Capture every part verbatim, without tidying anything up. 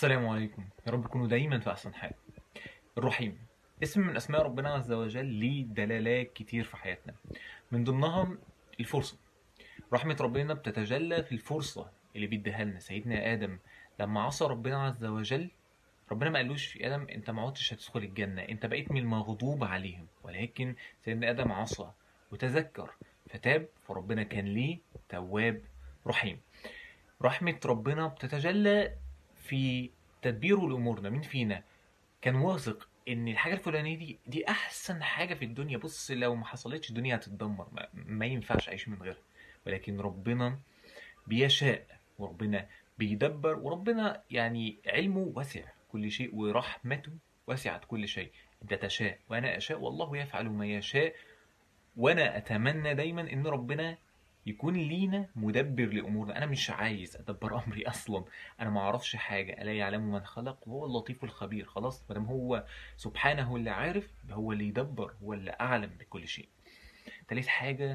السلام عليكم، يا رب تكونوا دايما في أحسن حال. الرحيم اسم من أسماء ربنا عز وجل ليه دلالات كتير في حياتنا، من ضمنها الفرصة. رحمة ربنا بتتجلى في الفرصة اللي بيديها لنا سيدنا آدم. لما عصى ربنا عز وجل، ربنا ما قالوش يا آدم أنت ما عدتش هتدخل الجنة، أنت بقيت من المغضوب عليهم، ولكن سيدنا آدم عصى وتذكر فتاب، فربنا كان ليه تواب رحيم. رحمة ربنا بتتجلى في تدبيره لأمورنا. مين فينا كان واثق ان الحاجة الفلانية دي دي احسن حاجة في الدنيا؟ بص، لو ما حصلتش الدنيا هتتدمر، ما, ما ينفعش اعيش من غيرها. ولكن ربنا بيشاء، وربنا بيدبر، وربنا يعني علمه واسع كل شيء، ورحمته وسعت كل شيء. انت تشاء وانا اشاء، والله يفعل ما يشاء. وانا اتمنى دايما ان ربنا يكون لينا مدبر لامورنا. انا مش عايز ادبر امري اصلا، انا ما اعرفش حاجه، الا يعلم من خلق وهو اللطيف الخبير. خلاص، ما دام هو سبحانه اللي عارف، هو اللي يدبر، هو اللي اعلم بكل شيء. تالت حاجه،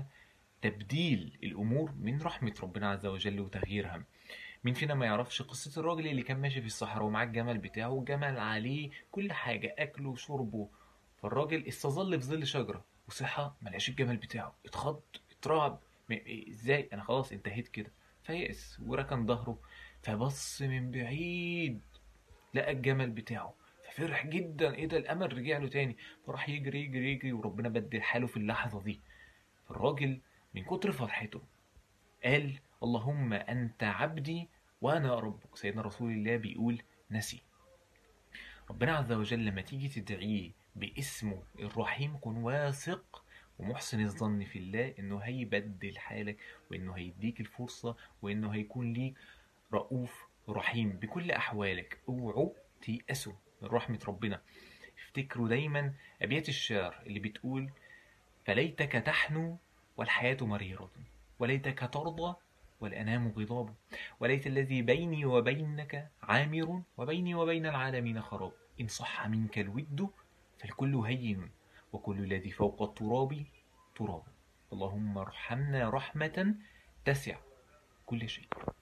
تبديل الامور من رحمه ربنا عز وجل وتغييرها. مين فينا ما يعرفش قصه الراجل اللي كان ماشي في الصحراء ومعاه الجمل بتاعه، والجمل عليه كل حاجه، اكله وشربه. فالراجل استظل في ظل شجرة وصحى ملقاش الجمل بتاعه، اتخض، اترعب. م- إيه- ازاي انا خلاص انتهيت كده؟ فيأس وركن ظهره، فبص من بعيد لقى الجمل بتاعه، ففرح جدا، ايه ده، الامل رجع له تاني. فراح يجري يجري يجري، وربنا بدل حاله في اللحظة دي. فالراجل من كتر فرحته قال اللهم انت عبدي وانا ربك. سيدنا رسول الله بيقول نسي. ربنا عز وجل لما تيجي تدعيه باسمه الرحيم، كن واثق ومحسن الظن في الله انه هيبدل حالك، وانه هيديك الفرصة، وانه هيكون ليك رؤوف رحيم بكل احوالك. اوعوا تيأسوا من رحمة ربنا. افتكروا دايما ابيات الشعر اللي بتقول فليتك تحنو والحياة مريرة، وليتك ترضى والأنام غضاب، وليت الذي بيني وبينك عامر، وبيني وبين العالمين خراب. إن صح منك الود فالكل هين، وكل الذي فوق التراب تراب. اللهم ارحمنا رحمة تسع كل شيء.